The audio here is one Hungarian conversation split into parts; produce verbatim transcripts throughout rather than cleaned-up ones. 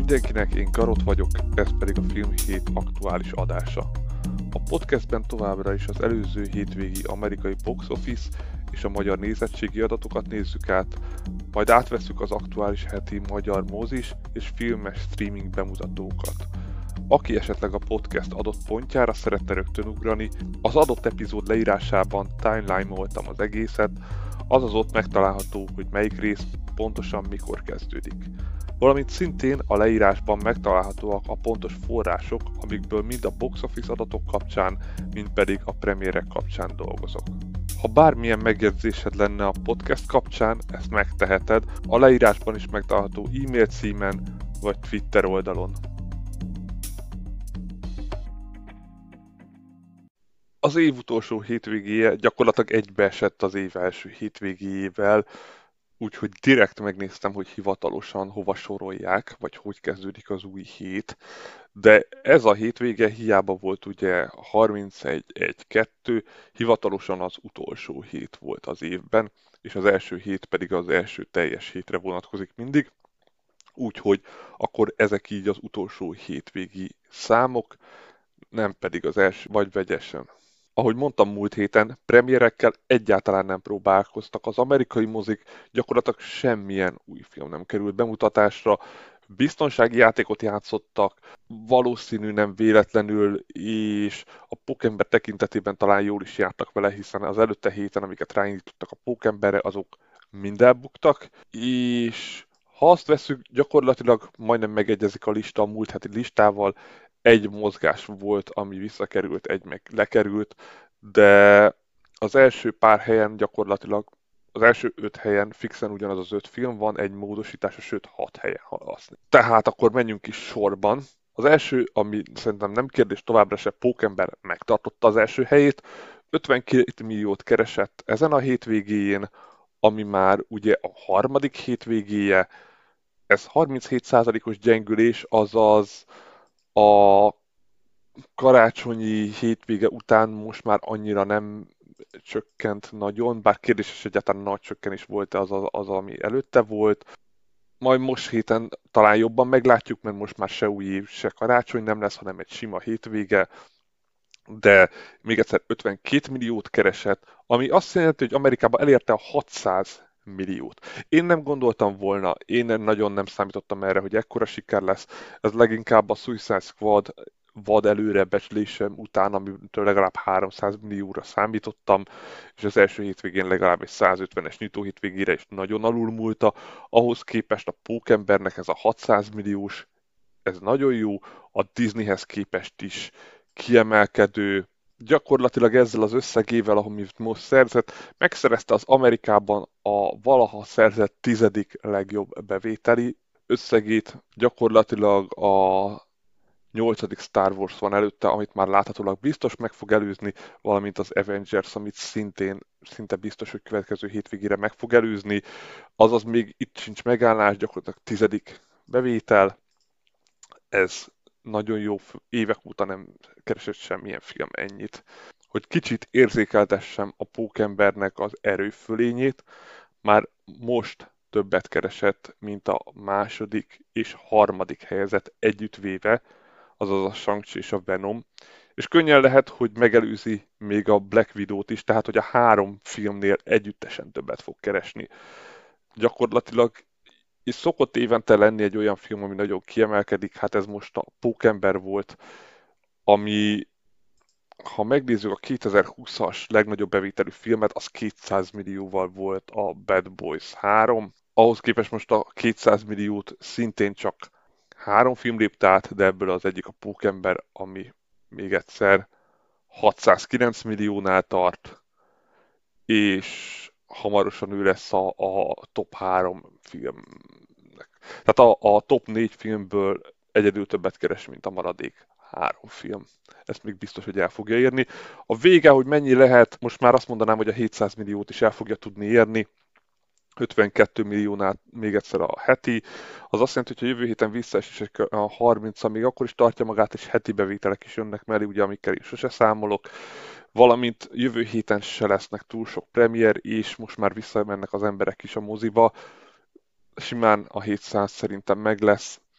mindenkinek, én Garot vagyok, ez pedig a Filmhét aktuális adása. A podcastben továbbra is az előző hétvégi amerikai box office és a magyar nézettségi adatokat nézzük át, majd átvesszük az aktuális heti magyar mozis és filmes streaming bemutatókat. Aki esetleg a podcast adott pontjára szeretne rögtön ugrani, az adott epizód leírásában timeline-oltam az egészet, azaz ott megtalálható, hogy melyik rész pontosan mikor kezdődik. Valamint szintén a leírásban megtalálhatóak a pontos források, amikből mind a box office adatok kapcsán, mind pedig a premierek kapcsán dolgozok. Ha bármilyen megjegyzésed lenne a podcast kapcsán, ezt megteheted, a leírásban is megtalálható e-mail címen vagy Twitter oldalon. Az év utolsó hétvégéje gyakorlatilag egybeesett az év első hétvégéjével, úgyhogy direkt megnéztem, hogy hivatalosan hova sorolják, vagy hogy kezdődik az új hét. De ez a hétvége hiába volt ugye harmincegy egy kettő, hivatalosan az utolsó hét volt az évben, és az első hét pedig az első teljes hétre vonatkozik mindig. Úgyhogy akkor ezek így az utolsó hétvégi számok, nem pedig az első, vagy vegyesen. Ahogy mondtam múlt héten, premierekkel egyáltalán nem próbálkoztak. Az amerikai mozik gyakorlatilag semmilyen új film nem került bemutatásra. Biztonsági játékot játszottak, valószínű nem véletlenül, és a Pókember tekintetében talán jól is jártak vele, hiszen az előtte héten, amiket ráindítottak a Pókemberre, azok mind elbuktak, és ha azt veszük, gyakorlatilag majdnem megegyezik a lista a múlt heti listával. Egy mozgás volt, ami visszakerült, egy meg lekerült, de az első pár helyen gyakorlatilag, az első öt helyen fixen ugyanaz az öt film van, egy módosítása, sőt hat helyen halaszni. Tehát akkor menjünk is sorban. Az első, ami szerintem nem kérdés továbbra se, Pókember megtartotta az első helyét, ötvenkét milliót keresett ezen a hétvégéjén, ami már ugye a harmadik hétvégéje, ez harminchét százalékos gyengülés, azaz a karácsonyi hétvége után most már annyira nem csökkent nagyon, bár kérdéses egyáltalán nagy csökkenés volt az, az, az, ami előtte volt. Majd most héten talán jobban meglátjuk, mert most már se új év, se karácsony nem lesz, hanem egy sima hétvége. De még egyszer ötvenkét milliót keresett, ami azt jelenti, hogy Amerikában elérte a hatszáz milliót. Én nem gondoltam volna, én nagyon nem számítottam erre, hogy ekkora siker lesz. Ez leginkább a Suicide Squad vad előrebecslésem után, amitől legalább háromszáz millióra számítottam, és az első hétvégén legalább egy százötvenes nyitó hétvégére is nagyon alulmúlta. Ahhoz képest a Pókembernek ez a hatszáz milliós, ez nagyon jó, a Disneyhez képest is kiemelkedő. Gyakorlatilag ezzel az összegével, amit most szerzett, megszerezte az Amerikában a valaha szerzett tizedik legjobb bevételi összegét. Gyakorlatilag a nyolcadik Star Wars van előtte, amit már láthatólag biztos meg fog előzni, valamint az Avengers, amit szintén szinte biztos, hogy következő hétvégére meg fog előzni. Azaz még itt sincs megállás, gyakorlatilag tizedik bevétel. Ez nagyon jó, évek óta nem keresett semmilyen film ennyit. Hogy kicsit érzékeltessem a Pókembernek az erőfölényét, már most többet keresett, mint a második és harmadik helyezett együttvéve, azaz a Shang-Chi és a Venom, és könnyen lehet, hogy megelőzi még a Black Widow-t is, tehát hogy a három filmnél együttesen többet fog keresni. Gyakorlatilag és szokott évente lenni egy olyan film, ami nagyon kiemelkedik, hát ez most a Pókember volt, ami, ha megnézzük a kétezer-húszas legnagyobb bevételű filmet, az kétszáz millióval volt a Bad Boys három. Ahhoz képest most a kétszáz milliót szintén csak három film lépte át, de ebből az egyik a Pókember, ami még egyszer hatszázkilenc milliónál tart, és hamarosan ő lesz a, a top három filmnek. Tehát a, a top négy filmből egyedül többet keres, mint a maradék három film. Ezt még biztos, hogy el fogja érni. A vége, hogy mennyi lehet, most már azt mondanám, hogy a hétszáz milliót is el fogja tudni érni. ötvenkét milliónál még egyszer a heti. Az azt jelenti, hogy a jövő héten visszaesik a harminc, még akkor is tartja magát, és heti bevételek is jönnek mellé, ugye amikkel én sose számolok. Valamint jövő héten se lesznek túl sok premier, és most már visszamennek az emberek is a moziba. Simán a hétszáz szerintem meg lesz.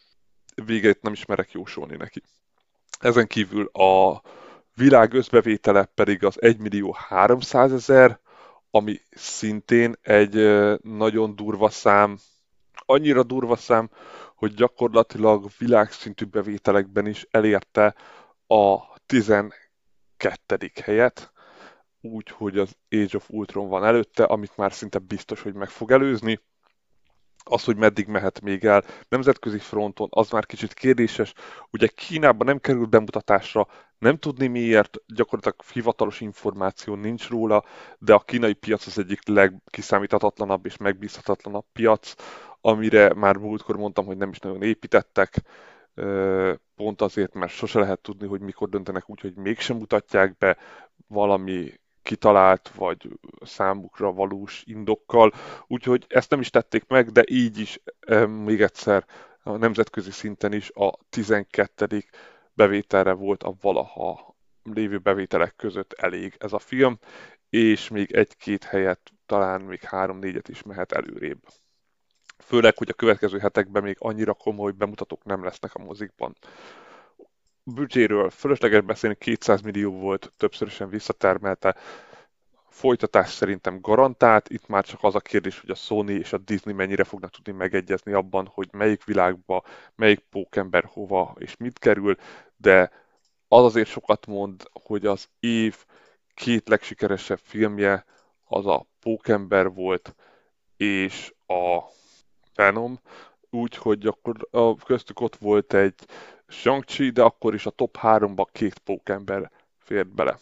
végét nem is merek jósolni neki. Ezen kívül a világ összbevétele pedig az egymillió háromszázezer, ami szintén egy ö, nagyon durva szám, annyira durva szám, hogy gyakorlatilag világszintű bevételekben is elérte a tizenkettedik helyet, úgy, hogy az Age of Ultron van előtte, amit már szinte biztos, hogy meg fog előzni. Az, hogy meddig mehet még el nemzetközi fronton, az már kicsit kérdéses. Ugye Kínában nem került bemutatásra, nem tudni miért, gyakorlatilag hivatalos információ nincs róla, de a kínai piac az egyik legkiszámíthatatlanabb és megbízhatatlanabb piac, amire már múltkor mondtam, hogy nem is nagyon építettek, pont azért, mert sose lehet tudni, hogy mikor döntenek úgy, hogy mégsem mutatják be valami kitalált vagy számukra valós indokkal, úgyhogy ezt nem is tették meg, de így is még egyszer a nemzetközi szinten is a tizenkettedik bevételre volt a valaha lévő bevételek között elég ez a film, és még egy-két helyet, talán még három-négyet is mehet előrébb. Főleg, hogy a következő hetekben még annyira komoly bemutatók nem lesznek a mozikban. Büdzséről fölösleges beszélni, kétszáz millió volt, többszörösen visszatermelte. Folytatás szerintem garantált, itt már csak az a kérdés, hogy a Sony és a Disney mennyire fognak tudni megegyezni abban, hogy melyik világba, melyik pókember hova és mit kerül, de az azért sokat mond, hogy az év két legsikeresebb filmje az a Pókember volt, és a Venom, úgyhogy akkor a, köztük ott volt egy Shang-Chi, de akkor is a top háromba két pókember fért bele.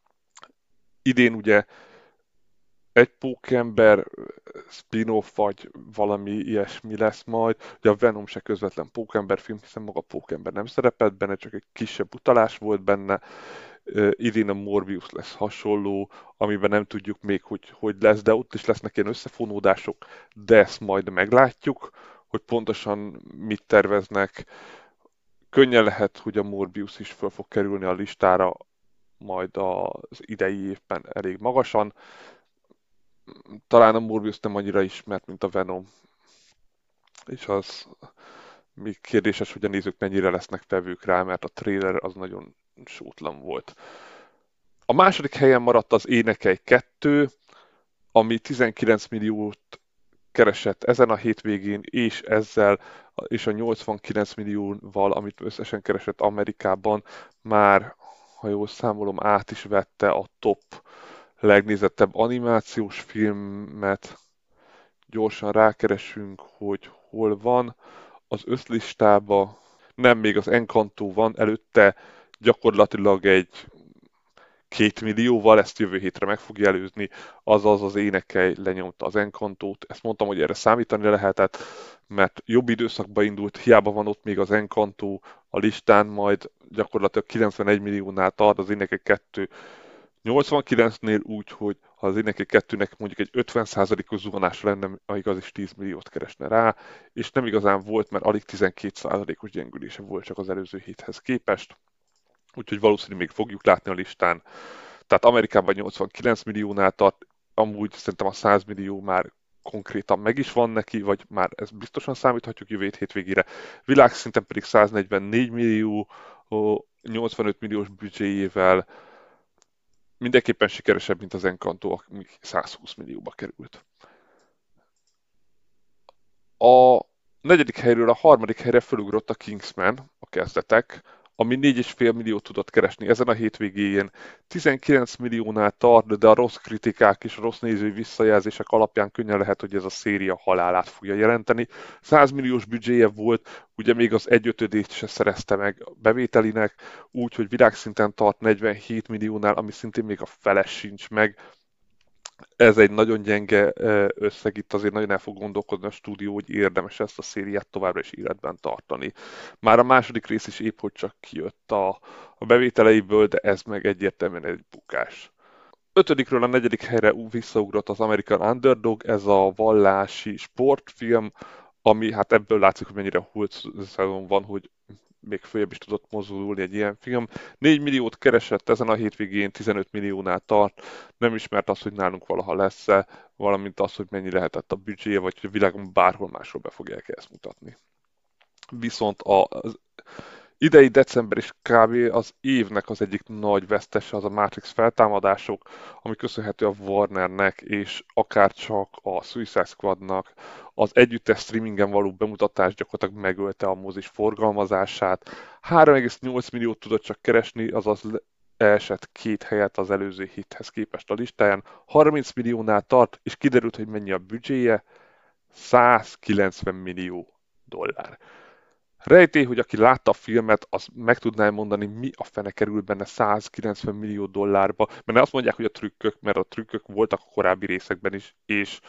Idén ugye egy pókember spin-off vagy valami ilyesmi lesz majd. Ugye a Venom se közvetlen pókember film, hiszen maga pókember nem szerepelt benne, csak egy kisebb utalás volt benne. Idén a Morbius lesz hasonló, amiben nem tudjuk még, hogy hogy lesz, de ott is lesznek ilyen összefonódások, de ezt majd meglátjuk, hogy pontosan mit terveznek. Könnyen lehet, hogy a Morbius is föl fog kerülni a listára majd az idei évben elég magasan. Talán a Morbius nem annyira ismert, mint a Venom, és az még kérdéses, hogy a nézők mennyire lesznek vevők rá, mert a trailer az nagyon sótlan volt. A második helyen maradt az Énekelj kettő, ami tizenkilenc milliót keresett ezen a hétvégén, és ezzel és a nyolcvankilenc millióval, amit összesen keresett Amerikában, már, ha jól számolom, át is vette a top legnézettebb animációs filmet. Gyorsan rákeresünk, hogy hol van az összlistába. Nem, még az Encanto van, előtte gyakorlatilag egy két millióval, ezt jövő hétre meg fogja előzni, azaz az Énekelj lenyomta az Encantót. Ezt mondtam, hogy erre számítani lehetett, mert jobb időszakba indult, hiába van ott még az Encanto a listán, majd gyakorlatilag kilencvenegy milliónál tart, az Énekelj kettő nyolcvankilencnél úgy, hogy ha az Énekelj kettőnek mondjuk egy ötven százalékos zuhanás lenne, az is tíz milliót keresne rá, és nem igazán volt, mert alig tizenkét százalékos gyengülése volt csak az előző héthez képest. Úgyhogy valószínűleg még fogjuk látni a listán. Tehát Amerikában nyolcvankilenc milliónál tart, amúgy szerintem a száz millió már konkrétan meg is van neki, vagy már ezt biztosan számíthatjuk jövő hétvégére. Világszinten pedig száznegyvennégy millió, nyolcvanöt milliós büdzséjével mindenképpen sikeresebb, mint az Encanto, ami százhúsz millióba került. A negyedik helyről a harmadik helyre fölugrott a Kingsman, a kezdetek, ami négy egész öt milliót tudott keresni ezen a hétvégén. tizenkilenc milliónál tart, de a rossz kritikák és a rossz nézői visszajelzések alapján könnyen lehet, hogy ez a széria halálát fogja jelenteni. száz milliós büdzséje volt, ugye még az egyötödét se szerezte meg a bevételinek, úgyhogy világszinten tart negyvenhét milliónál, ami szintén még a fele sincs meg. Ez egy nagyon gyenge összeg, itt azért nagyon el fog gondolkodni a stúdió, hogy érdemes ezt a szériát továbbra is életben tartani. Már a második rész is épp hogy csak kijött a, a bevételeiből, de ez meg egyértelműen egy bukás. Ötödikről a negyedik helyre visszaugrott az American Underdog, ez a vallási sportfilm, ami hát ebből látszik, hogy mennyire hult szezon van, hogy még följebb is tudott mozdulni egy ilyen film. négy milliót keresett ezen a hétvégén, tizenöt milliónál tart. Nem ismert az, hogy nálunk valaha lesz-e, valamint az, hogy mennyi lehetett a büdzséje, vagy hogy a világon bárhol máshol be fogják ezt mutatni. Viszont az idei december is kb. Az évnek az egyik nagy vesztese az a Matrix feltámadások, ami köszönhető a Warnernek és akárcsak a Suicide Squadnak. Az együttes streamingen való bemutatás gyakorlatilag megölte a mozis forgalmazását. három egész nyolc milliót tudott csak keresni, azaz elesett két helyet az előző hithez képest a listáján. harminc milliónál tart, és kiderült, hogy mennyi a büdzséje. százkilencven millió dollár. Rejtély, hogy aki látta a filmet, az meg tudná mondani, mi a fene kerül benne százkilencven millió dollárba. Mert azt mondják, hogy a trükkök, mert a trükkök voltak a korábbi részekben is, és,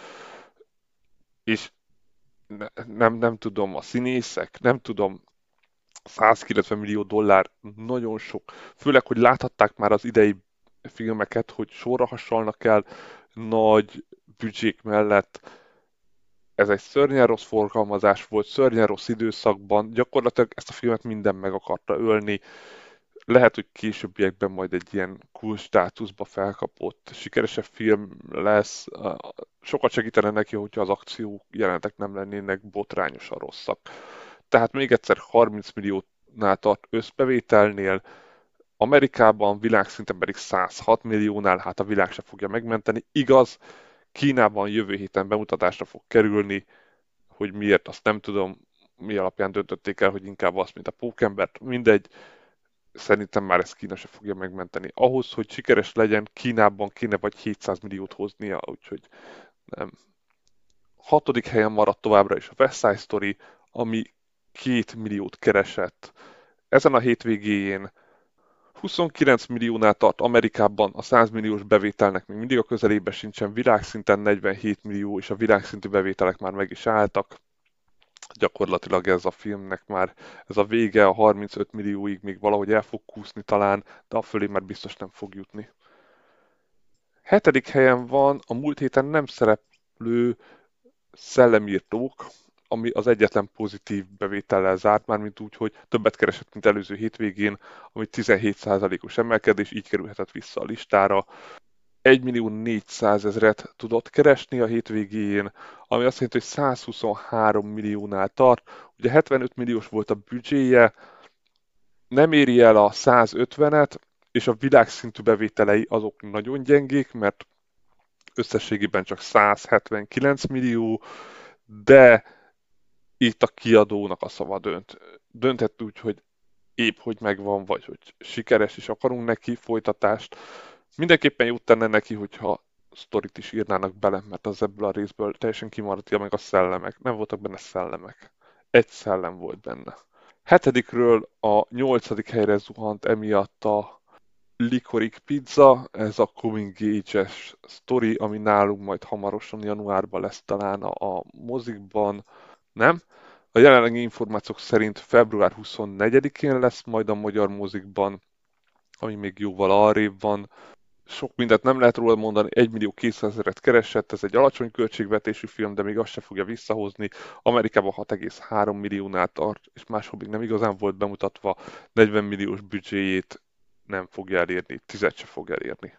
és ne, nem, nem tudom, a színészek, nem tudom, százkilencven millió dollár nagyon sok. Főleg, hogy láthatták már az idei filmeket, hogy sorra hasonlnak el nagy büdzsék mellett. Ez egy szörnyen rossz forgalmazás volt, szörnyen rossz időszakban, gyakorlatilag ezt a filmet minden meg akarta ölni. Lehet, hogy későbbiekben majd egy ilyen cool státuszba felkapott, sikeresebb film lesz. Sokat segítene neki, hogyha az akció jelenetek nem lennének botrányosan rosszak. Tehát még egyszer harminc milliónál tart összbevételnél, Amerikában világszinten pedig száz hat milliónál, hát a világ se fogja megmenteni. Igaz, Kínában jövő héten bemutatásra fog kerülni, hogy miért, azt nem tudom, mi alapján döntötték el, hogy inkább azt, mint a pókembert, mindegy, szerintem már ezt Kína se fogja megmenteni. Ahhoz, hogy sikeres legyen, Kínában kéne vagy hétszáz milliót hoznia, úgyhogy nem. Hatodik helyen maradt továbbra is a West Side Story, ami két milliót keresett. Ezen a hétvégén huszonkilenc milliónál tart Amerikában, a száz milliós bevételnek még mindig a közelében sincsen, világszinten negyvenhét millió, és a világszintű bevételek már meg is álltak. Gyakorlatilag ez a filmnek már, ez a vége, a harmincöt millióig még valahogy el fog kúszni talán, de a fölé már biztos nem fog jutni. Hetedik helyen van a múlt héten nem szereplő Szellemírtók, ami az egyetlen pozitív bevétellel zárt, mármint úgy, hogy többet keresett, mint előző hétvégén, ami tizenhét százalékos emelkedés, így kerülhetett vissza a listára. egy millió négyszázezret tudott keresni a hétvégén, ami azt jelenti, hogy százhuszonhárom milliónál tart. Ugye hetvenöt milliós volt a büdzséje, nem éri el a százötvenet, és a világszintű bevételei azok nagyon gyengék, mert összességében csak százhetvenkilenc millió, de itt a kiadónak a szava dönt. Dönthet úgy, hogy épp hogy megvan, vagy hogy sikeres, és akarunk neki folytatást. Mindenképpen jót tenne neki, hogyha sztorit is írnának bele, mert az ebből a részből teljesen kimaradja meg a szellemek. Nem voltak benne szellemek. Egy szellem volt benne. Hetedikről a nyolcadik helyre zuhant emiatt a Licorice Pizza, ez a coming age-es sztori, ami nálunk majd hamarosan januárban lesz talán a, a mozikban. Nem? A jelenlegi információk szerint február huszonnegyedikén lesz majd a magyar mozikban, ami még jóval arrébb van. Sok mindent nem lehet róla mondani, egy millió kétszázezret keresett, ez egy alacsony költségvetésű film, de még azt se fogja visszahozni. Amerikában hat egész három milliónál tart, és máshol még nem igazán volt bemutatva, negyven milliós büdzséjét nem fogja elérni, tízet se fog elérni.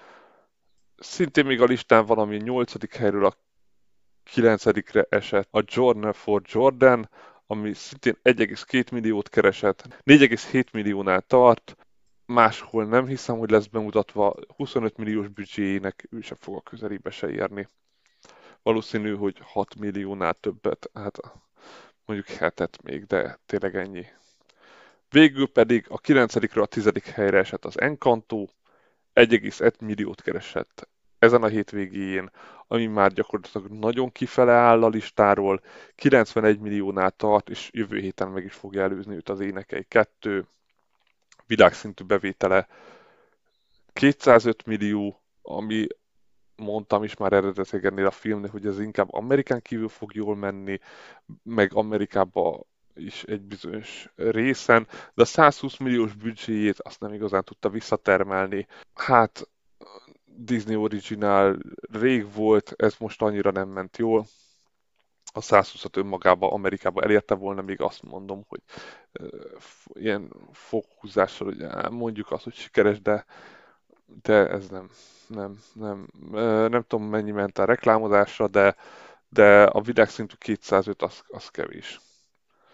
Szintén még a listán valami nyolcadik helyről a kilencedikre esett a Journey for Jordan, ami szintén egy egész két milliót keresett, négy egész hét milliónál tart, máshol nem hiszem, hogy lesz bemutatva, huszonöt milliós büdzséjének ő sem fog a közelébe se érni. Valószínű, hogy hat milliónál többet, hát mondjuk hetet még, de tényleg ennyi. Végül pedig a kilencedikről a tizedik helyre esett az Encanto, egy egész egy milliót keresett ezen a hétvégén, ami már gyakorlatilag nagyon kifele áll a listáról, kilencvenegy milliónál tart, és jövő héten meg is fogja előzni őt az Énekei kettő. Világszintű bevétele kétszázöt millió, ami mondtam is már eredetileg ennél a filmnél, hogy ez inkább Amerikán kívül fog jól menni, meg Amerikába is egy bizonyos részen, de a százhúsz milliós büdzséjét azt nem igazán tudta visszatermelni. Hát Disney Original rég volt, ez most annyira nem ment jól. A százhúszat önmagába Amerikába elérte volna, még azt mondom, hogy uh, ilyen foghúzással, hogy uh, mondjuk azt, hogy sikeres, de, de ez nem, nem, nem, uh, nem tudom mennyi ment a reklámozásra, de, de a világszintű kétszázöt az, az kevés.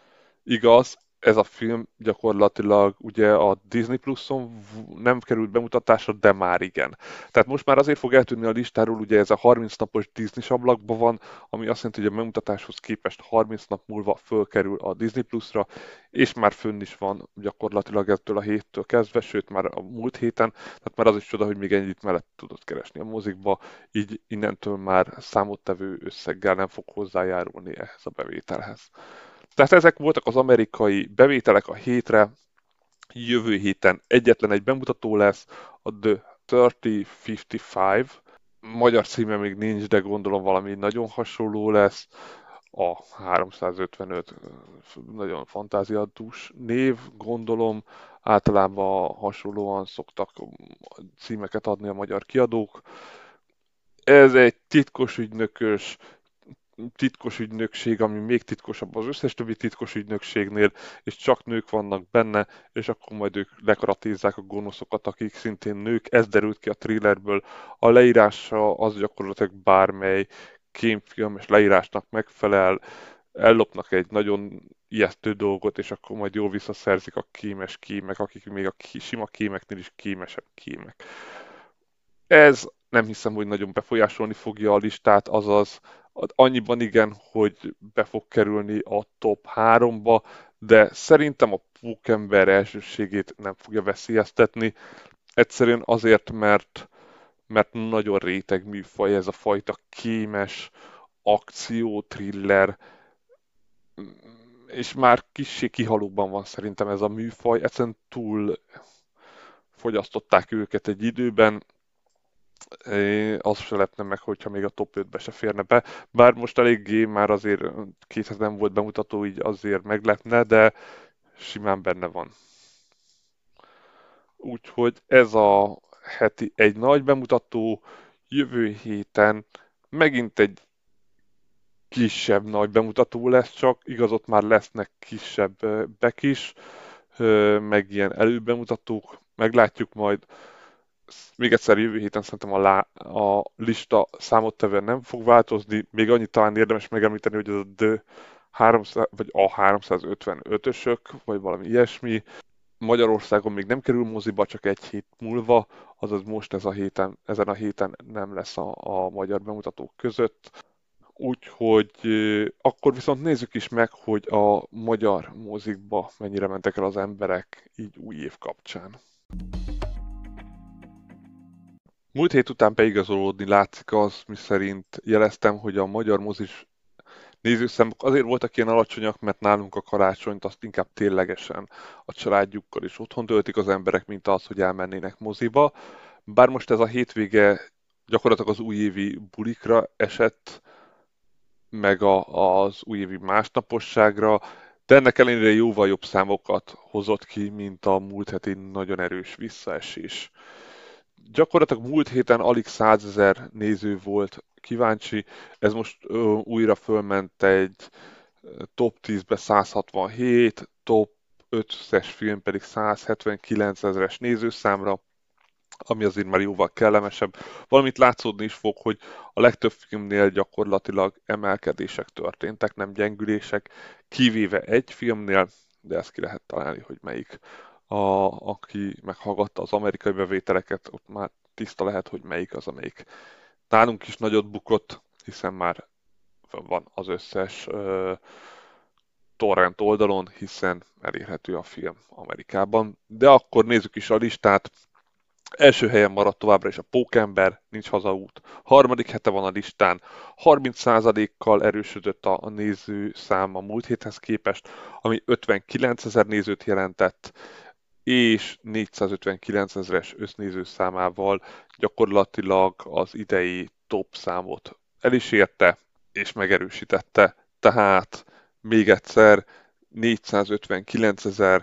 Igaz, ez a film gyakorlatilag ugye a Disney Pluson v- nem került bemutatásra, de már igen. Tehát most már azért fog eltűnni a listáról, ugye ez a harminc napos Disney ablakban van, ami azt jelenti, hogy a bemutatáshoz képest harminc nap múlva fölkerül a Disney Plusra, és már fönn is van gyakorlatilag ettől a héttől kezdve, sőt már a múlt héten, tehát már az is csoda, hogy még ennyit mellett tudod keresni a mozikba, így innentől már számottevő összeggel nem fog hozzájárulni ehhez a bevételhez. Tehát ezek voltak az amerikai bevételek a hétre. Jövő héten egyetlen egy bemutató lesz, a The harmincötven. Magyar címe még nincs, de gondolom valami nagyon hasonló lesz. A háromszázötvenöt nagyon fantáziadús név, gondolom. Általában hasonlóan szoktak címeket adni a magyar kiadók. Ez egy titkos ügynökös, titkos ügynökség, ami még titkosabb az összes többi titkos ügynökségnél, és csak nők vannak benne, és akkor majd ők lekaratézzák a gonoszokat, akik szintén nők. Ez derült ki a trailerből. A leírása az gyakorlatilag bármely kémfilm és leírásnak megfelel, ellopnak egy nagyon ijesztő dolgot, és akkor majd jól visszaszerzik a kémes kémek, akik még a sima kémeknél is kémesebb kémek. Ez nem hiszem, hogy nagyon befolyásolni fogja a listát, azaz annyiban igen, hogy be fog kerülni a top háromba, de szerintem a Pókember elsőségét nem fogja veszélyeztetni. Egyszerűen azért, mert, mert nagyon réteg műfaj ez a fajta kémes akció, thriller, és már kissé kihalóban van szerintem ez a műfaj, egyszerűen túl fogyasztották őket egy időben. É, az se lepne meg, hogyha még a top ötbe se férne be. Bár most eléggé már azért két hete nem volt bemutató, így azért meglepne, de simán benne van. Úgyhogy ez a heti egy nagy bemutató, jövő héten megint egy kisebb nagy bemutató lesz csak, igaz, ott már lesznek kisebb bek is, meg ilyen előbemutatók, meglátjuk majd. Még egyszer jövő héten szerintem a, lá, a lista számottevően nem fog változni. Még annyit talán érdemes megemlíteni, hogy ez a The háromszáz, vagy a háromszázötvenötösök, vagy valami ilyesmi. Magyarországon még nem kerül moziba, csak egy hét múlva, azaz most ez a héten, ezen a héten nem lesz a, a magyar bemutatók között. Úgyhogy akkor viszont nézzük is meg, hogy a magyar mozikba mennyire mentek el az emberek így új év kapcsán. Múlt hét után beigazolódni látszik az, miszerint jeleztem, hogy a magyar mozis nézőszámok azért voltak ilyen alacsonyak, mert nálunk a karácsonyt azt inkább ténylegesen a családjukkal is otthon töltik az emberek, mint az, hogy elmennének moziba. Bár most ez a hétvége gyakorlatilag az újévi bulikra esett, meg a, az újévi másnaposságra, de ennek ellenére jóval jobb számokat hozott ki, mint a múlt heti nagyon erős visszaesés. Gyakorlatilag múlt héten alig százezer néző volt kíváncsi, ez most ö, újra fölment egy top tízbe száz hatvanhét, top ötszes film pedig száz hetvenkilenc ezeres nézőszámra, ami azért már jóval kellemesebb. Valamit látszódni is fog, hogy a legtöbb filmnél gyakorlatilag emelkedések történtek, nem gyengülések, kivéve egy filmnél, de ezt ki lehet találni, hogy melyik. A, aki meghallgatta az amerikai bevételeket, ott már tiszta lehet, hogy melyik az, amelyik nálunk is nagyot bukott, hiszen már van az összes uh, torrent oldalon, hiszen elérhető a film Amerikában. De akkor nézzük is a listát. Első helyen maradt továbbra is a Pókember, nincs hazaút. Harmadik hete van a listán, harminc százalékkal erősödött a, a néző száma múlt héthez képest, ami ötvenkilenc ezer nézőt jelentett, és négyszázötvenkilenc ezeres össznéző számával gyakorlatilag az idei top számot el is érte, és megerősítette. Tehát még egyszer négyszázötvenkilenc ezer,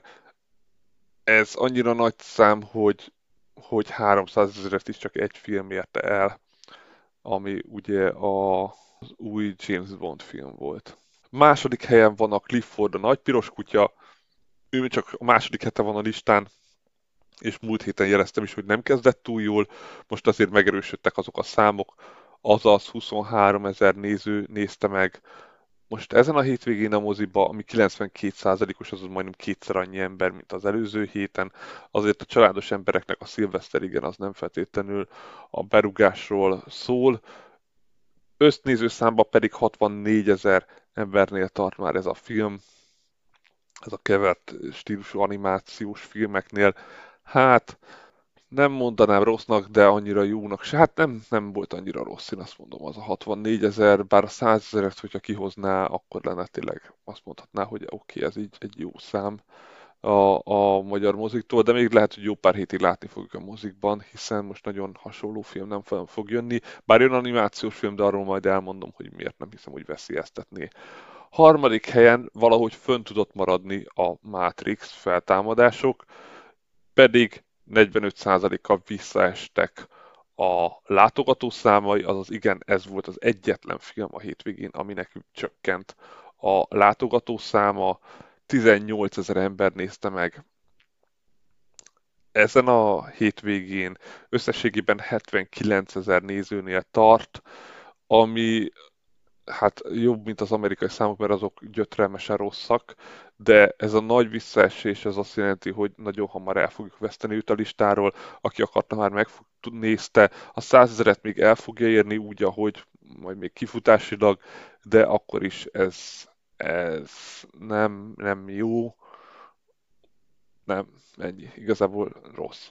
ez annyira nagy szám, hogy hogy háromszáz ezeret is csak egy film érte el, ami ugye a, az új James Bond film volt. Második helyen van a Clifford, a nagy piros kutya, ő csak a második hete van a listán, és múlt héten jeleztem is, hogy nem kezdett túl jól, most azért megerősödtek azok a számok, azaz huszonhárom ezer néző nézte meg, Most ezen a hétvégén a moziba, ami kilencvenkét százalékos, az majdnem kétszer annyi ember, mint az előző héten. Azért a családos embereknek a szilveszter, igen, az nem feltétlenül a berugásról szól. Össznéző számban pedig hatvannégy ezer embernél tart már ez a film. Ez a kevert stílusú animációs filmeknél. Hát nem mondanám rossznak, de annyira jónak se. Hát nem, nem volt annyira rossz, én azt mondom, az a hatvannégy ezer, bár a száz ezeret, hogyha kihozná, akkor lenne tényleg azt mondhatná, hogy oké, okay, ez így egy jó szám a, a magyar moziktól, de még lehet, hogy jó pár hétig látni fogjuk a mozikban, hiszen most nagyon hasonló film nem fog jönni, bár jön animációs film, de arról majd elmondom, hogy miért nem hiszem, hogy veszélyeztetné. Harmadik helyen valahogy fönn tudott maradni a Matrix feltámadások, pedig negyvenöt százalékkal visszaestek a látogatószámai, azaz igen, ez volt az egyetlen film a hétvégén, aminek csökkent a látogatószáma, tizennyolc ezer ember nézte meg ezen a hétvégén, összességében hetvenkilenc ezer nézőnél tart, ami hát jobb, mint az amerikai számok, mert azok gyötrelmesen rosszak, de ez a nagy visszaesés, ez azt jelenti, hogy nagyon hamar el fogjuk veszteni őt a listáról, aki akarta már meg nézte, a százezret még el fogja érni úgy, ahogy majd még kifutásilag, de akkor is ez, ez nem, nem jó, nem, ennyi, igazából rossz.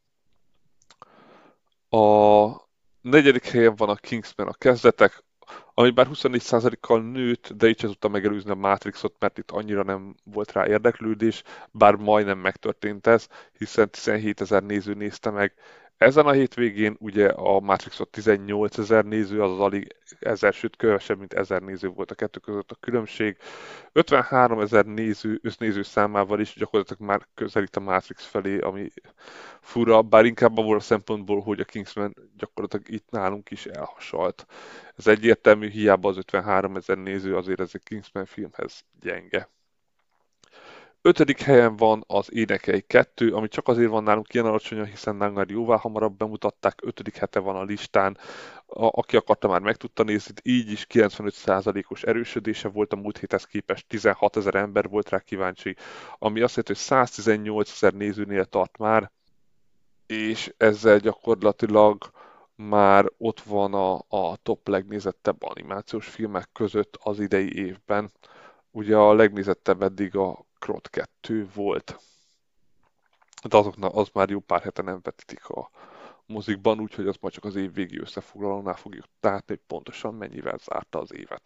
A negyedik helyen van a Kingsman a kezdetek, ami bár huszonnégy százalékkal nőtt, de így sem tudta megelőzni a Matrixot, mert itt annyira nem volt rá érdeklődés, bár majdnem megtörtént ez, hiszen tizenhét ezer néző nézte meg. Ezen a hétvégén ugye a Matrixot tizennyolc ezer néző, azaz alig ezer, sőt kevesebb, mint ezer néző volt a kettő között a különbség. ötvenhárom ezer néző, össznéző számával is gyakorlatilag már közelít a Matrix felé, ami fura, bár inkább abból a szempontból, hogy a Kingsman gyakorlatilag itt nálunk is elhasalt. Ez egyértelmű, hiába az ötvenhárom ezer néző, azért ez egy Kingsman filmhez gyenge. Ötödik helyen van az Énekelj kettő, ami csak azért van nálunk ilyen alacsonyan, hiszen nálunk jóval hamarabb bemutatták, ötödik hete van a listán, a, aki akarta már meg tudta nézni, így is kilencvenöt százalékos erősödése volt a múlt héthez képest, tizenhat ezer ember volt rá kíváncsi, ami azt jelenti, hogy száztizennyolc ezer nézőnél tart már, és ezzel gyakorlatilag már ott van a, a top legnézettebb animációs filmek között az idei évben. Ugye a legnézettebb eddig a Krot kettő volt, de azoknak az már jó pár hete nem vetítik a mozikban, úgyhogy az majd csak az év végi összefoglalónál fogjuk látni, hogy pontosan mennyivel zárta az évet.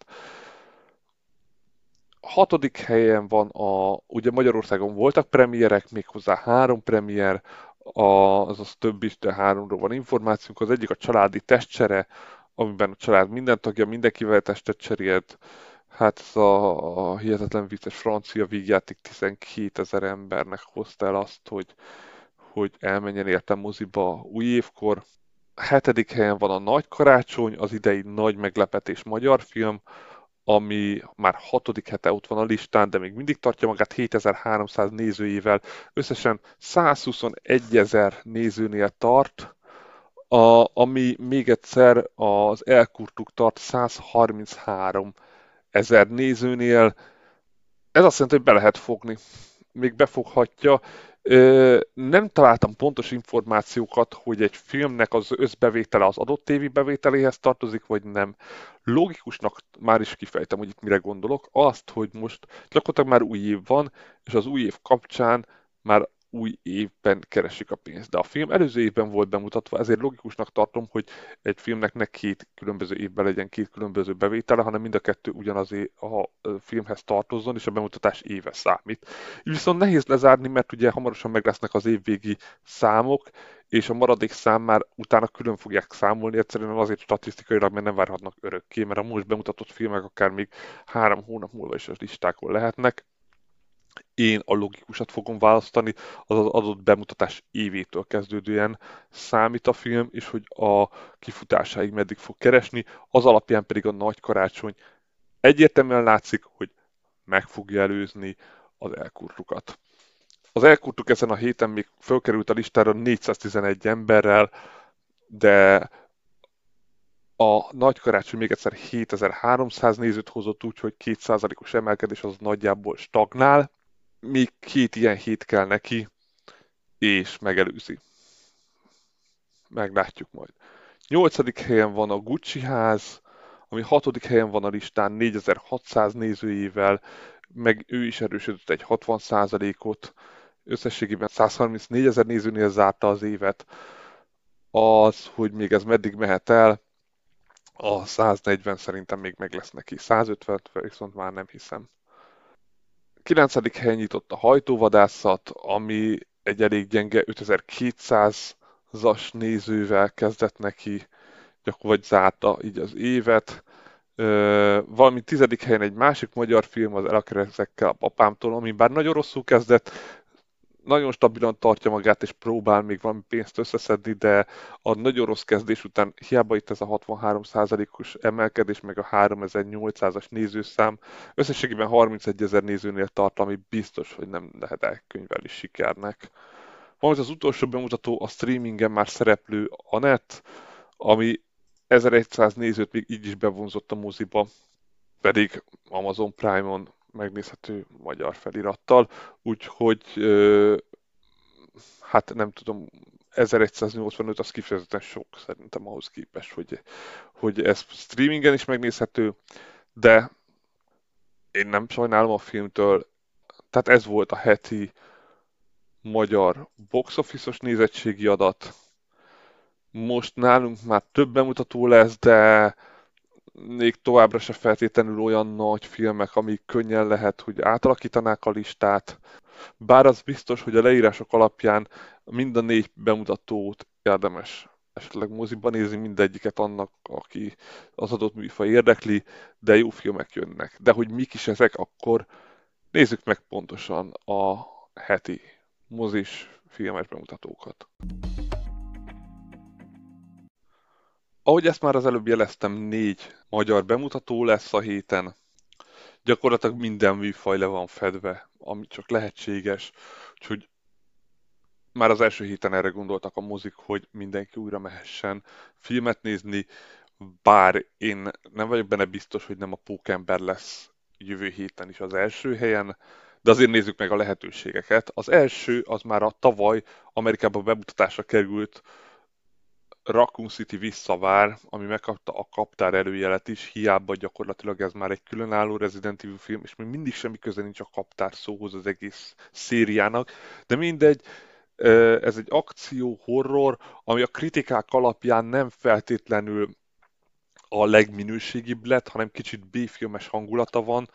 A hatodik helyen van a, ugye Magyarországon voltak premierek, méghozzá három premier, a, azaz több is, de háromról van információnk. Az egyik a családi testcsere, amiben a család minden tagja mindenkivel testet cserélt. Hát ez a, a hihetetlen vicces francia vígjáték tizenkét ezer embernek hozta el azt, hogy, hogy elmenjen érte moziba új évkor. A hetedik helyen van a Nagy Karácsony, az idei nagy meglepetés magyar film, ami már hatodik hete ott van a listán, de még mindig tartja magát hétezer-háromszáz nézőjével, összesen százhuszonegy ezer nézőnél tart, a, ami még egyszer az Elkurtuk tart százharminchárom ezer nézőnél. Ez azt jelenti, hogy be lehet fogni. Még befoghatja. Nem találtam pontos információkat, hogy egy filmnek az összbevétele az adott tévi bevételéhez tartozik, vagy nem. Logikusnak már is kifejtem, hogy itt mire gondolok. Azt, hogy most gyakorlatilag már új év van, és az új év kapcsán már új évben keresik a pénzt. De a film előző évben volt bemutatva, ezért logikusnak tartom, hogy egy filmnek ne két különböző évben legyen két különböző bevétele, hanem mind a kettő ugyanaz a filmhez tartozzon, és a bemutatás éve számít. Így viszont nehéz lezárni, mert ugye hamarosan meg lesznek az évvégi számok, és a maradék szám már utána külön fogják számolni, egyszerűen azért statisztikailag, mert nem várhatnak örökké, mert a most bemutatott filmek akár még három hónap múlva is a listákon lehetnek. Én a logikusat fogom választani, az az adott bemutatás évétől kezdődően számít a film, és hogy a kifutásáig meddig fog keresni, az alapján pedig a Nagy Karácsony egyértelműen látszik, hogy meg fogja előzni az elkurtukat. Az elkurtuk ezen a héten még fölkerült a listára négyszáztizenegy emberrel, de A Nagy Karácsony még egyszer hétezer-háromszáz nézőt hozott, úgyhogy két százalékos emelkedés az nagyjából stagnál. Még két ilyen hét kell neki, és megelőzi. Meglátjuk majd. Nyolcadik helyen van a Gucci ház, ami hatodik helyen van a listán négyezer-hatszáz nézőjével, meg ő is erősödött egy hatvan százalékot, összességében százharmincnégy ezer nézőnél zárta az évet. Az, hogy még ez meddig mehet el, a száznegyven szerintem még meg lesz neki. százötven viszont már nem hiszem. kilencedik helyen nyitott a Hajtóvadászat, ami egy elég gyenge ötezer-kétszázas nézővel kezdett neki, vagy zárta így az évet. Ö, valami tizedik helyen egy másik magyar film, az El a keresztekkel a papámtól, ami bár nagyon rosszul kezdett, nagyon stabilan tartja magát, és próbál még valami pénzt összeszedni, de a nagyon rossz kezdés után hiába itt ez a hatvanhárom százalékos emelkedés, meg a háromezer-nyolcszázas nézőszám, összességében harmincegy ezer nézőnél tart, ami biztos, hogy nem lehet elkönyvelni sikernek. Valamint az utolsó bemutató a streamingen már szereplő Anett, ami ezerszáz nézőt még így is bevonzott a moziba, pedig Amazon Prime-on megnézhető magyar felirattal, úgyhogy ö, hát nem tudom, ezerszáznyolcvanöt az kifejezetten sok szerintem ahhoz képest, hogy, hogy ez streamingen is megnézhető, de én nem sajnálom a filmtől, tehát ez volt a heti magyar box office-os nézettségi adat. Most nálunk már több bemutató lesz, de még továbbra se feltétlenül olyan nagy filmek, amik könnyen lehet, hogy átalakítanák a listát. Bár az biztos, hogy a leírások alapján mind a négy bemutatót érdemes esetleg moziban nézni, mindegyiket annak, aki az adott műfaj érdekli, de jó filmek jönnek. De hogy mik is ezek, akkor nézzük meg pontosan a heti mozis filmes bemutatókat. Ahogy ezt már az előbb jeleztem, négy magyar bemutató lesz a héten. Gyakorlatilag minden műfaj le van fedve, ami csak lehetséges. Úgyhogy már az első héten erre gondoltak a mozik, hogy mindenki újra mehessen filmet nézni, bár én nem vagyok benne biztos, hogy nem a Pókember lesz jövő héten is az első helyen, de azért nézzük meg a lehetőségeket. Az első az már a tavaly Amerikában bemutatásra került Raccoon City visszavár, ami megkapta a kaptár előjelet is, hiába gyakorlatilag ez már egy különálló Resident Evil film, és még mindig semmi köze nincs a kaptár szóhoz az egész szériának, de mindegy, ez egy akció horror, ami a kritikák alapján nem feltétlenül a legminőségibb lett, hanem kicsit B-filmes hangulata van,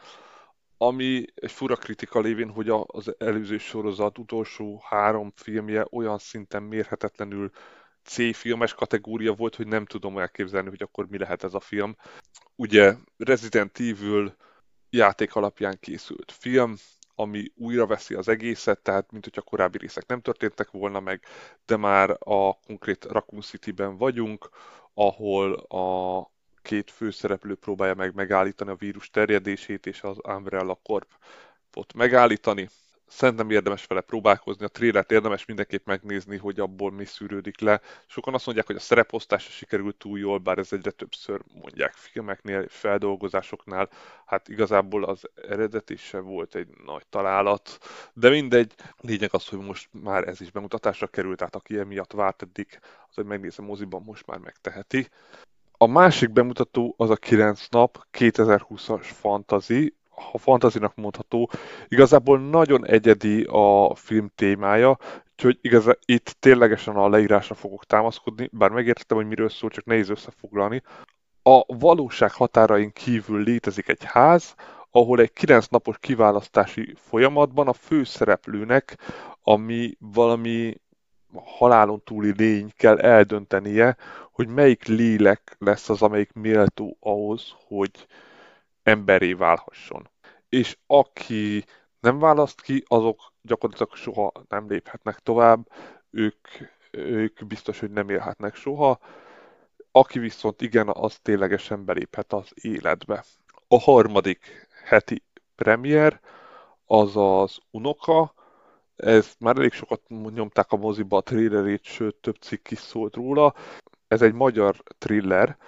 ami egy fura kritika lévén, hogy az előző sorozat utolsó három filmje olyan szinten mérhetetlenül C-filmes kategória volt, hogy nem tudom elképzelni, hogy akkor mi lehet ez a film. Ugye Resident Evil játék alapján készült film, ami újra veszi az egészet, tehát mint hogyha korábbi részek nem történtek volna meg, de már a konkrét Raccoon City-ben vagyunk, ahol a két főszereplő próbálja meg megállítani a vírus terjedését, és az Umbrella Corp-ot megállítani. Szerintem érdemes vele próbálkozni, a trailert érdemes mindenképp megnézni, hogy abból mi szűrődik le. Sokan azt mondják, hogy a szereposztása sikerült túl jól, bár ez egyre többször mondják filmeknél, feldolgozásoknál. Hát igazából az eredeti se volt egy nagy találat, de mindegy. Lényeg az, hogy most már ez is bemutatásra került, tehát aki emiatt várt eddig, az, hogy megnézze moziban, most már megteheti. A másik bemutató az a kilenc nap kétezer-húszas fantasy, ha fantazinak mondható, igazából nagyon egyedi a film témája, úgyhogy igaz, itt ténylegesen a leírásra fogok támaszkodni, bár megértettem, hogy miről szól, csak nehéz összefoglalni. A valóság határain kívül létezik egy ház, ahol egy kilenc napos kiválasztási folyamatban a főszereplőnek, ami valami halálon túli lény kell eldöntenie, hogy melyik lélek lesz az, amelyik méltó ahhoz, hogy emberré válhasson. És aki nem választ ki, azok gyakorlatilag soha nem léphetnek tovább, ők, ők biztos, hogy nem élhetnek soha. Aki viszont igen, az ténylegesen beléphet az életbe. A harmadik heti premier az az Unoka. Ez már elég sokat nyomták a moziba a trailerét, sőt több cikk is szólt róla. Ez egy magyar thriller,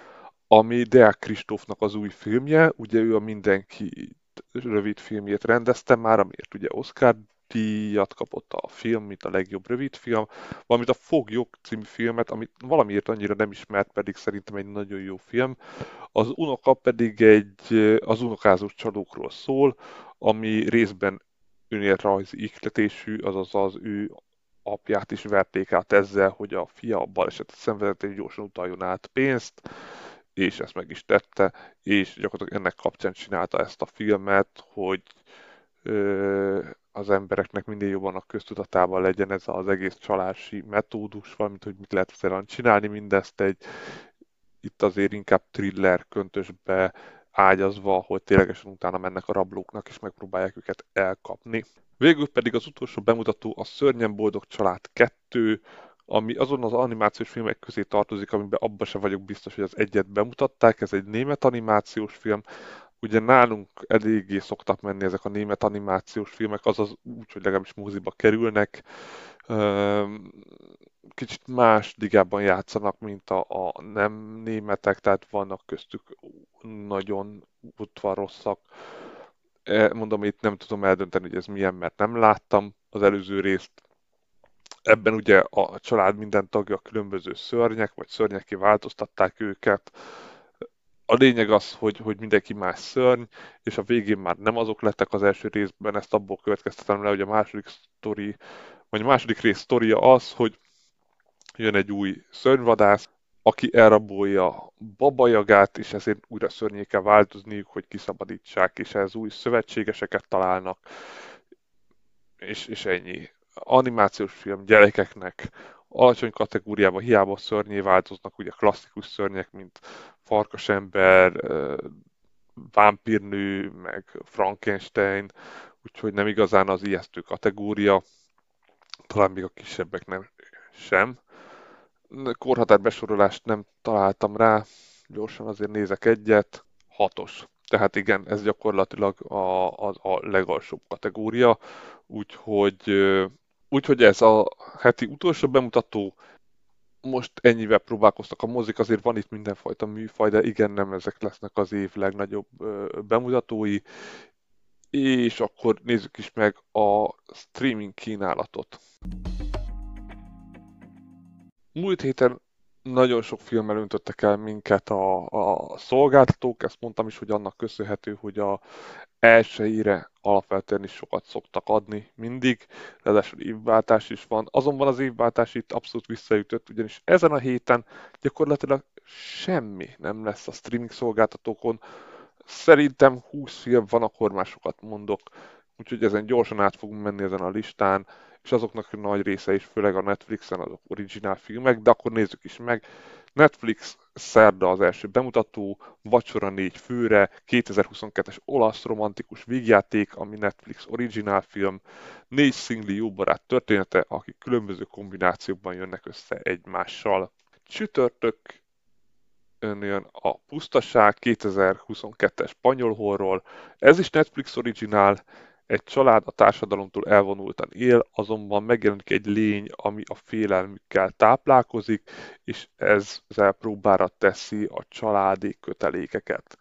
ami Deák Kristófnak az új filmje, ugye ő a Mindenki rövid filmjét rendezte már, amiért ugye Oscar díjat kapott a film, mint a legjobb rövid film, valamint a Foglyok című filmet, amit valamiért annyira nem ismert, pedig szerintem egy nagyon jó film. Az unoka pedig egy az unokázós csalókról szól, ami részben önéletrajzi ihletésű, azaz az ő apját is verték át ezzel, hogy a fia balesetet szenvedett és gyorsan utaljon át pénzt, és ezt meg is tette, és gyakorlatilag ennek kapcsán csinálta ezt a filmet, hogy ö, az embereknek minél jobban a köztudatában legyen ez az egész csalási metódus, valamint hogy mit lehet egyszerűen csinálni mindezt egy itt azért inkább thriller köntösbe ágyazva, hogy ténylegesen utána mennek a rablóknak, és megpróbálják őket elkapni. Végül pedig az utolsó bemutató a Szörnyen Boldog Család kettő, ami azon az animációs filmek közé tartozik, amiben abban sem vagyok biztos, hogy az egyet bemutatták. Ez egy német animációs film. Ugye nálunk eléggé szoktak menni ezek a német animációs filmek, azaz úgy, hogy legalábbis moziba kerülnek. Kicsit más ligában játszanak, mint a, a nem németek, tehát vannak köztük nagyon udvarosszak. Mondom, itt nem tudom eldönteni, hogy ez milyen, mert nem láttam az előző részt. Ebben ugye a család minden tagja különböző szörnyek, vagy szörnyeké változtatták őket. A lényeg az, hogy, hogy mindenki más szörny, és a végén már nem azok lettek az első részben, ezt abból következtetem le, hogy a második sztori, vagy a második rész sztoria az, hogy jön egy új szörnyvadász, aki elrabolja Baba Jagát, és ezért újra szörnyé kell változniuk, hogy kiszabadítsák, és ez új szövetségeseket találnak, és, és ennyi. Animációs film gyerekeknek alacsony kategóriában hiába szörnyé változnak, ugye klasszikus szörnyek, mint Farkasember, Vámpírnő, meg Frankenstein, úgyhogy nem igazán az ijesztő kategória, talán még a kisebbeknek sem. Korhatár besorolást nem találtam rá, gyorsan azért nézek egyet, hatos. Tehát igen, ez gyakorlatilag a, a, a legalsóbb kategória, úgyhogy, úgyhogy ez a heti utolsó bemutató, most ennyivel próbálkoztak a mozik, azért van itt mindenfajta műfaj, de igen, nem ezek lesznek az év legnagyobb bemutatói, és akkor nézzük is meg a streaming kínálatot. Múlt héten nagyon sok filmmel öntöttek el minket a, a szolgáltatók, ezt mondtam is, hogy annak köszönhető, hogy a elsőire alapvetően is sokat szoktak adni mindig, ráadásul évváltás is van. Azonban az évváltás itt abszolút visszaütött, ugyanis ezen a héten gyakorlatilag semmi nem lesz a streaming szolgáltatókon. Szerintem húsz film van, akkor már sokat mondok, úgyhogy ezen gyorsan át fogunk menni ezen a listán, és azoknak a nagy része is, főleg a Netflixen azok originál filmek, de akkor nézzük is meg. Netflix szerda az első bemutató, Vacsora négy főre, kétezer-huszonkettes olasz romantikus vígjáték, ami Netflix originál film, négy szingli jó barát története, akik különböző kombinációkban jönnek össze egymással. Csütörtök jön a Pusztaság, kétezer-huszonkettes spanyol horror. Ez is Netflix originál, egy család a társadalomtól elvonultan él, azonban megjelenik egy lény, ami a félelmükkel táplálkozik, és ezzel próbára teszi a családi kötelékeket.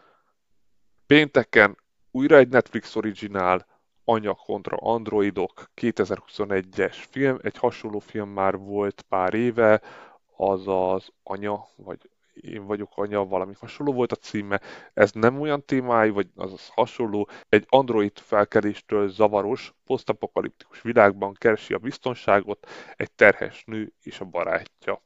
Pénteken újra egy Netflix originál, Anya kontra androidok, kétezer-huszonegyes film, egy hasonló film már volt pár éve, azaz Anya, vagy Én vagyok anya, valami hasonló volt a címe. Ez nem olyan témájú, vagy azaz hasonló, egy android felkeléstől zavaros, posztapokaliptikus világban keresi a biztonságot egy terhes nő és a barátja.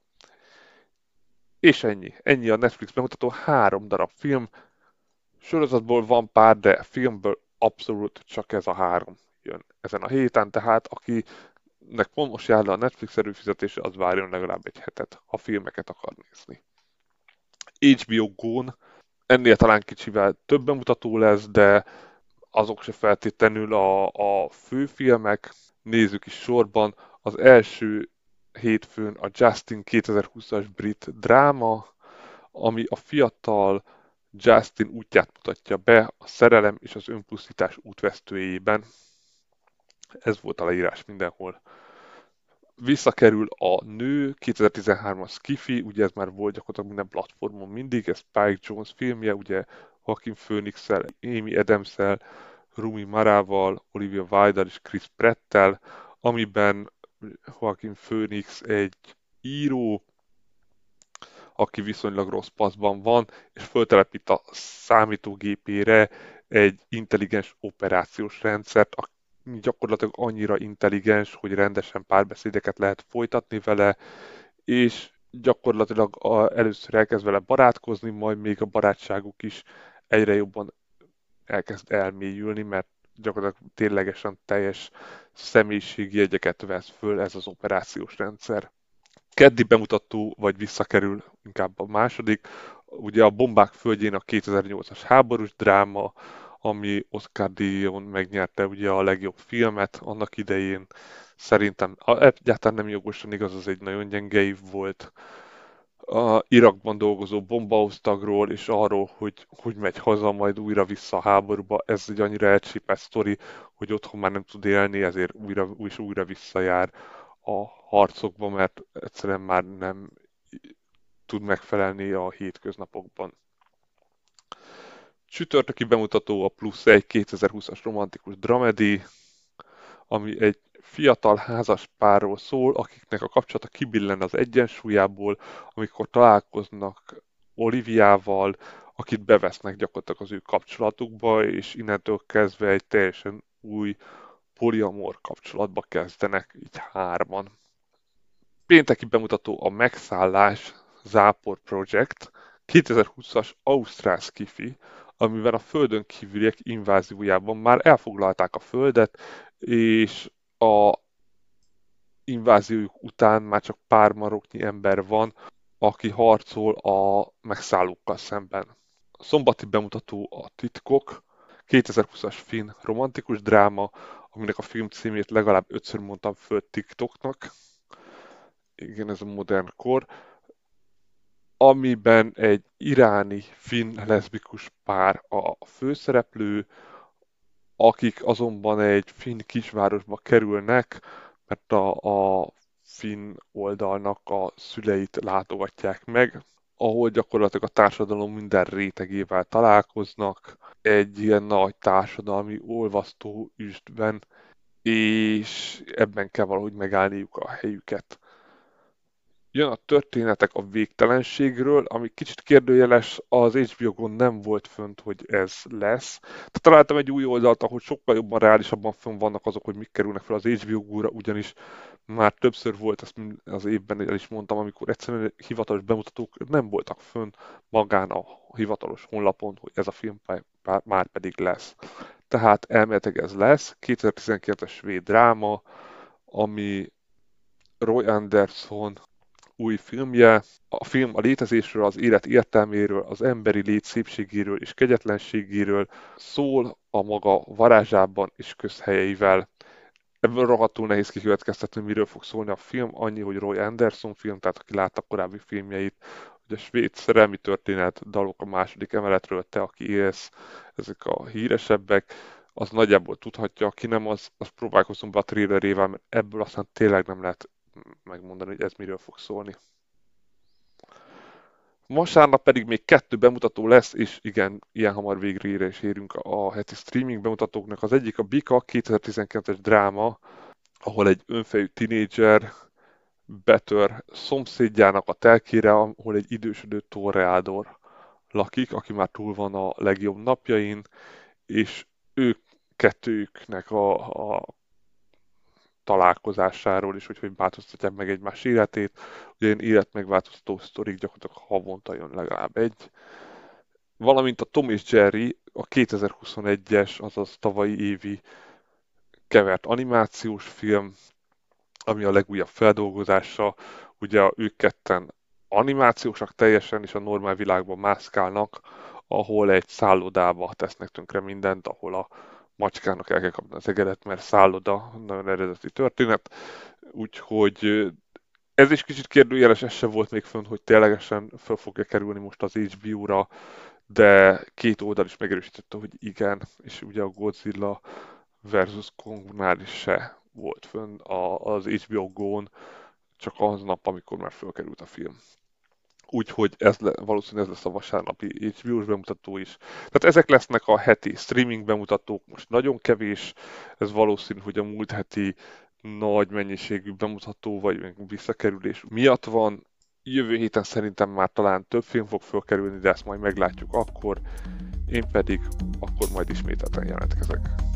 És ennyi. Ennyi a Netflix bemutató, három darab film. Sorozatból van pár, de filmből abszolút csak ez a három jön ezen a héten, tehát akinek pont most jár le a Netflix előfizetése, az várjon legalább egy hetet, ha filmeket akar nézni. há bé o Go-n ennél talán kicsivel több bemutató lesz, de azok se feltétlenül a, a főfilmek. Nézzük is sorban. Az első hétfőn a Justin kétezer-húszas brit dráma, ami a fiatal Justin útját mutatja be a szerelem és az önpusztítás útvesztőjében. Ez volt a leírás mindenhol. Visszakerül a nő, kétezer-tizenhármas Skiffy, ugye ez már volt gyakorlatilag minden platformon mindig, ez Spike Jonze filmje, ugye Joaquin Phoenix-szel, Amy Adams-szel, Rumi Marával, Olivia Wilde-al és Chris Pratt-tel, amiben Joaquin Phoenix egy író, aki viszonylag rossz paszban van, és föltelepít a számítógépére egy intelligens operációs rendszert, ami gyakorlatilag annyira intelligens, hogy rendesen párbeszédeket lehet folytatni vele, és gyakorlatilag a, először elkezd vele barátkozni, majd még a barátságuk is egyre jobban elkezd elmélyülni, mert gyakorlatilag ténylegesen teljes személyiségjegyeket vesz föl ez az operációs rendszer. Keddi bemutató, vagy visszakerül inkább a második, ugye a Bombák földjén a kétezer-nyolcas háborús dráma, ami Oscar díjon megnyerte ugye a legjobb filmet annak idején. Szerintem egyáltalán nem jogosan igaz, az egy nagyon gyenge év volt. A Irakban dolgozó bombaosztagról, és arról, hogy hogy megy haza, majd újra vissza a háborúba. Ez egy annyira elcsépelt sztori, hogy otthon már nem tud élni, ezért újra és újra visszajár a harcokba, mert egyszerűen már nem tud megfelelni a hétköznapokban. Csütörtöki bemutató a Plusz egy kétezer-húszas romantikus dramedi, ami egy fiatal házas párról szól, akiknek a kapcsolata kibillen az egyensúlyából, amikor találkoznak Oliviával, akit bevesznek gyakorlatilag az ő kapcsolatukba, és innentől kezdve egy teljesen új poliamor kapcsolatba kezdenek, így hárman. Pénteki bemutató a Megszállás Zápor Project, kétezer-húszas ausztrál skifi, amiben a földön kívüliek inváziójában már elfoglalták a földet, és a inváziójuk után már csak pár maroknyi ember van, aki harcol a megszállókkal szemben. A szombati bemutató a Titkok, kétezer-húszas finn romantikus dráma, aminek a film címét legalább ötször mondtam föl TikToknak. Igen, ez a modern kor. Amiben egy iráni finn leszbikus pár a főszereplő, akik azonban egy finn kisvárosba kerülnek, mert a, a finn oldalnak a szüleit látogatják meg, ahol gyakorlatilag a társadalom minden rétegével találkoznak, egy ilyen nagy társadalmi olvasztó üstben, és ebben kell valahogy megállniuk a helyüket. Jön a történetek a végtelenségről, ami kicsit kérdőjeles, az há bé o-gon nem volt fönt, hogy ez lesz. Tehát találtam egy új oldalt, ahol sokkal jobban reálisabban fönn vannak azok, hogy mik kerülnek fel az há bé o Go-ra, ugyanis már többször volt, ezt az évben el is mondtam, amikor egyszerűen hivatalos bemutatók nem voltak fönn magán a hivatalos honlapon, hogy ez a film már pedig lesz. Tehát elméletileg ez lesz, kétezer-tizenkilences svéd dráma, ami Roy Anderson új filmje. A film a létezésről, az élet értelméről, az emberi lét szépségéről és kegyetlenségéről szól a maga varázsában és közhelyeivel. Ebből rohadtul nehéz kikövetkeztetni, miről fog szólni a film. Annyi, hogy Roy Anderson film, tehát aki látta korábbi filmjeit, hogy a svéd szerelmi történet, dalok a második emeletről, te, aki élsz, ezek a híresebbek, az nagyjából tudhatja, aki nem, az, az próbálkozunk be a trailerével, mert ebből aztán tényleg nem lehet megmondani, hogy ez miről fog szólni. Vasárnap pedig még kettő bemutató lesz, és igen, ilyen hamar végre is érünk a heti streaming bemutatóknak. Az egyik a Bika kétezer-tizenkilences dráma, ahol egy önfejű tinédzser betör szomszédjának a telkére, ahol egy idősödő torreádor lakik, aki már túl van a legjobb napjain, és ők kettőjüknek a, a találkozásáról is, hogy hogy változtatják meg egymás életét. Ugye én életmegváltoztató sztorik gyakorlatilag havonta jön legalább egy. Valamint a Tom és Jerry, a kétezer-huszonegyes, azaz tavalyi évi kevert animációs film, ami a legújabb feldolgozása. Ugye ők ketten animációsak teljesen, és a normál világban mászkálnak, ahol egy szállodába tesznek tönkre mindent, ahol a macskának el kell kapni az egeret, mert szálloda, nagyon eredeti történet. Úgyhogy ez is kicsit kérdőjeles, ez se volt még fönn, hogy ténylegesen fel fogja kerülni most az há bé o-ra, de két oldal is megerősítette, hogy igen, és ugye a Godzilla versus. Kongnál is se volt fönn a, az há bé o Go-n, csak az nap, amikor már fölkerült a film. Úgyhogy ez le, valószínűleg ez lesz a vasárnapi há bé ó-s bemutató is. Tehát ezek lesznek a heti streaming bemutatók, most nagyon kevés, ez valószínű, hogy a múlt heti nagy mennyiségű bemutató vagy visszakerülés miatt van. Jövő héten szerintem már talán több film fog fölkerülni, de ezt majd meglátjuk akkor. Én pedig akkor majd ismételten jelentkezek.